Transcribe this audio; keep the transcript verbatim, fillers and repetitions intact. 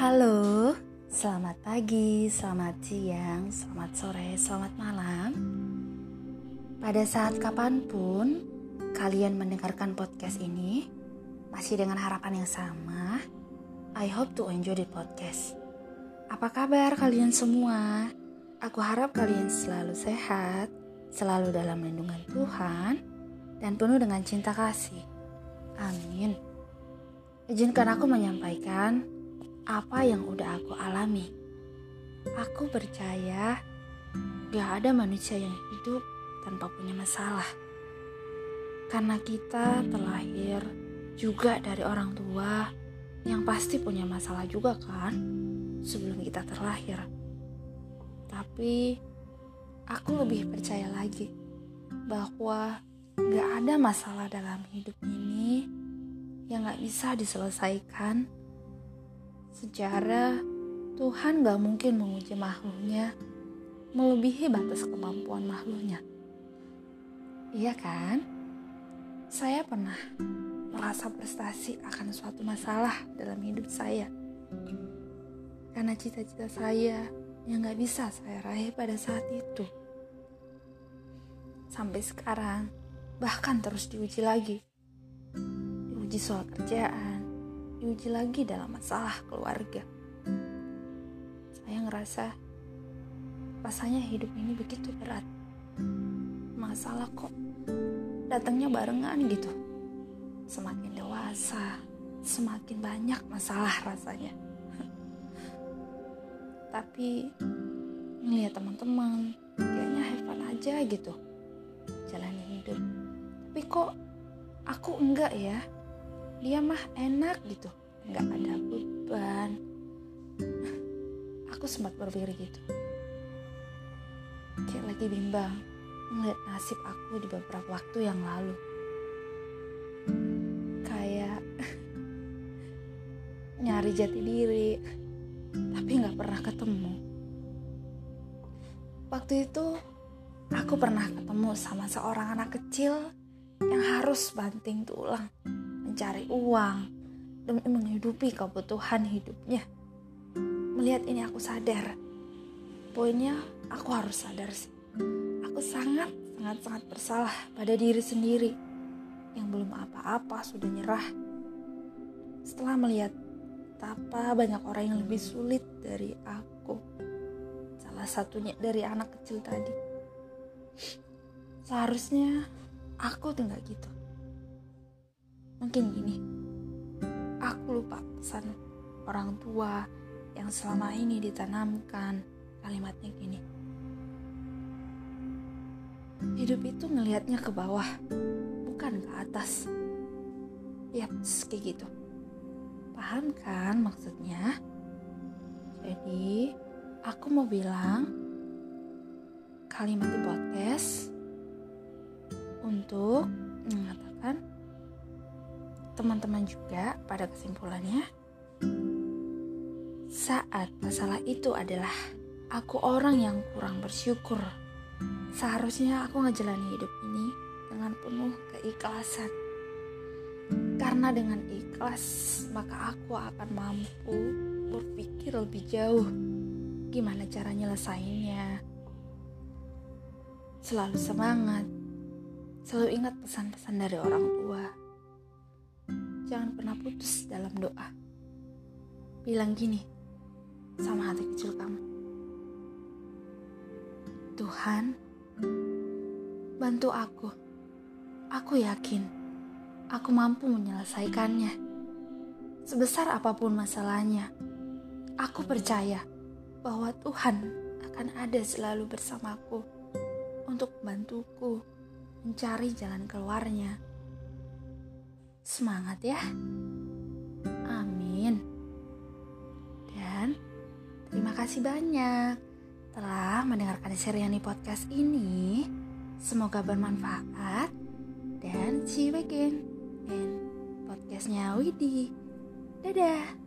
Halo, selamat pagi, selamat siang, selamat sore, selamat malam. Pada saat kapanpun kalian mendengarkan podcast ini, masih dengan harapan yang sama, I hope to enjoy the podcast. Apa kabar kalian semua? Aku harap kalian selalu sehat, selalu dalam lindungan Tuhan, dan penuh dengan cinta kasih. Amin. Izinkan aku menyampaikan apa yang udah aku alami. Aku percaya gak ada manusia yang hidup tanpa punya masalah. Karena kita terlahir juga dari orang tua yang pasti punya masalah juga kan sebelum kita terlahir. Tapi aku lebih percaya lagi bahwa gak ada masalah dalam hidup ini yang gak bisa diselesaikan secara Tuhan gak mungkin menguji makhluknya melebihi batas kemampuan makhluknya. Iya kan? Saya pernah merasa frustasi akan suatu masalah dalam hidup saya. Karena cita-cita saya yang gak bisa saya raih pada saat itu. Sampai sekarang, bahkan terus diuji lagi. Diuji soal kerjaan, diuji lagi dalam masalah keluarga. Saya ngerasa rasanya hidup ini begitu berat. Masalah kok datangnya barengan gitu. Semakin dewasa, semakin banyak masalah rasanya. Tapi ngeliat teman-teman kayaknya have fun aja gitu jalani hidup. Tapi kok aku enggak ya? Dia mah enak gitu, gak ada beban. Aku sempat berpikir gitu. Kayak lagi bimbang ngeliat nasib aku di beberapa waktu yang lalu. Kayak nyari jati diri, tapi gak pernah ketemu. Waktu itu aku pernah ketemu sama seorang anak kecil yang harus banting tulang mencari uang demi menghidupi kebutuhan hidupnya. Melihat ini aku sadar, poinnya aku harus sadar sih. Aku sangat, sangat, sangat bersalah pada diri sendiri yang belum apa-apa sudah nyerah. Setelah melihat betapa banyak orang yang lebih sulit dari aku, salah satunya dari anak kecil tadi. Seharusnya aku tinggal gitu. Mungkin gini, aku lupa pesan orang tua yang selama ini ditanamkan. Kalimatnya gini, hidup itu ngelihatnya ke bawah, bukan ke atas. Yap, kayak gitu. Paham kan maksudnya? Jadi, aku mau bilang kalimat di podcast untuk mengatakan teman-teman juga pada kesimpulannya, saat masalah itu adalah aku orang yang kurang bersyukur. Seharusnya aku ngejalani hidup ini dengan penuh keikhlasan. Karena dengan ikhlas, maka aku akan mampu berpikir lebih jauh gimana cara nyelesainnya. Selalu semangat, selalu ingat pesan-pesan dari orang tua. Jangan pernah putus dalam doa. Bilang gini sama hati kecil kamu, Tuhan, bantu aku. Aku yakin aku mampu menyelesaikannya. Sebesar apapun masalahnya, aku percaya bahwa Tuhan akan ada selalu bersamaku untuk membantuku mencari jalan keluarnya. Semangat ya. Amin. Dan terima kasih banyak telah mendengarkan Seriani Podcast ini. Semoga bermanfaat. Dan see you again in podcastnya Widi. Dadah.